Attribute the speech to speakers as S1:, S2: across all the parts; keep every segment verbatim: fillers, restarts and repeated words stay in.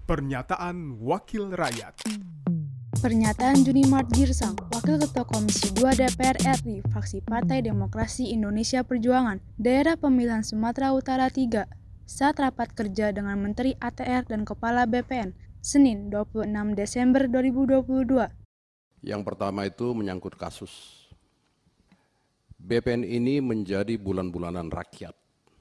S1: Pernyataan Wakil Rakyat.
S2: Pernyataan Junimart Girsang, Wakil Ketua Komisi dua D P R R I, fraksi Partai Demokrasi Indonesia Perjuangan, Daerah Pemilihan Sumatera Utara tiga, saat rapat kerja dengan Menteri A T R dan Kepala B P N, Senin dua puluh enam Desember dua ribu dua puluh dua.
S3: Yang pertama itu menyangkut kasus. B P N ini menjadi bulan-bulanan rakyat.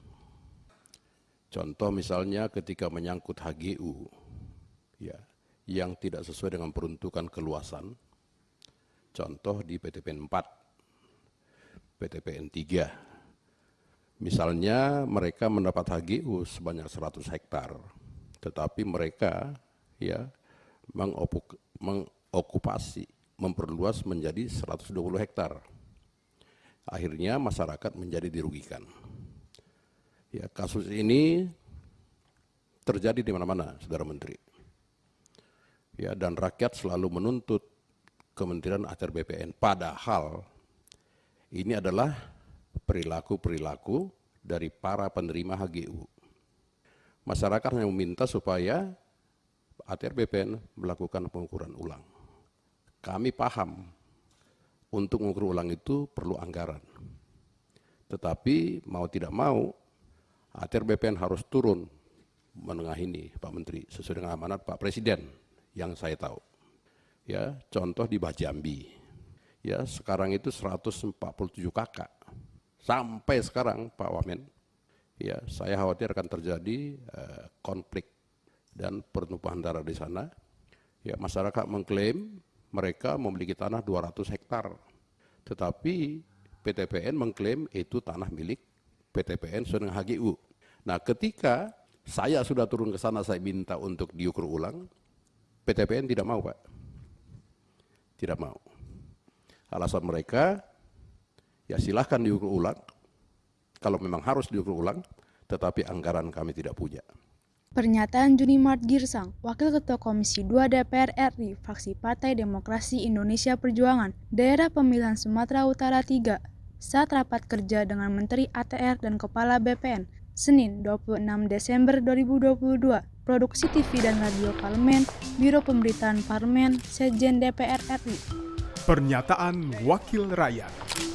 S3: Contoh misalnya ketika menyangkut H G U, ya, yang tidak sesuai dengan peruntukan keluasan. Contoh di P T P N empat, P T P N tiga. Misalnya mereka mendapat H G U sebanyak seratus hektar, tetapi mereka ya mengopuk, mengokupasi, memperluas menjadi seratus dua puluh hektar. Akhirnya masyarakat menjadi dirugikan. Ya, kasus ini terjadi di mana-mana, Saudara Menteri. Ya, dan rakyat selalu menuntut Kementerian A T R B P N, padahal ini adalah perilaku-perilaku dari para penerima H G U. Masyarakat yang meminta supaya A T R B P N melakukan pengukuran ulang. Kami paham untuk mengukur ulang itu perlu anggaran. Tetapi mau tidak mau A T R B P N harus turun menengah ini, Pak Menteri, sesuai dengan amanat Pak Presiden yang saya tahu. Ya, contoh di Bajambi. Ya, sekarang itu seratus empat puluh tujuh kakak. Sampai sekarang Pak Wamen, ya, saya khawatir akan terjadi uh, konflik dan pertumpahan darah di sana. Ya, masyarakat mengklaim mereka memiliki tanah dua ratus hektar. Tetapi P T P N mengklaim itu tanah milik P T P N sesuai dengan H G U. Nah, ketika saya sudah turun ke sana, saya minta untuk diukur ulang, P T P N tidak mau, Pak. Tidak mau. Alasan mereka, ya silahkan diukur ulang, kalau memang harus diukur ulang, tetapi anggaran kami tidak punya.
S2: Pernyataan Junimart Girsang, Wakil Ketua Komisi dua D P R R I, fraksi Partai Demokrasi Indonesia Perjuangan, Daerah Pemilihan Sumatera Utara tiga, saat rapat kerja dengan Menteri A T R dan Kepala B P N, Senin dua puluh enam Desember dua ribu dua puluh dua. Produksi T V dan Radio Parlemen, Biro Pemberitaan Parlemen, Sekjen D P R R I.
S1: Pernyataan Wakil Rakyat.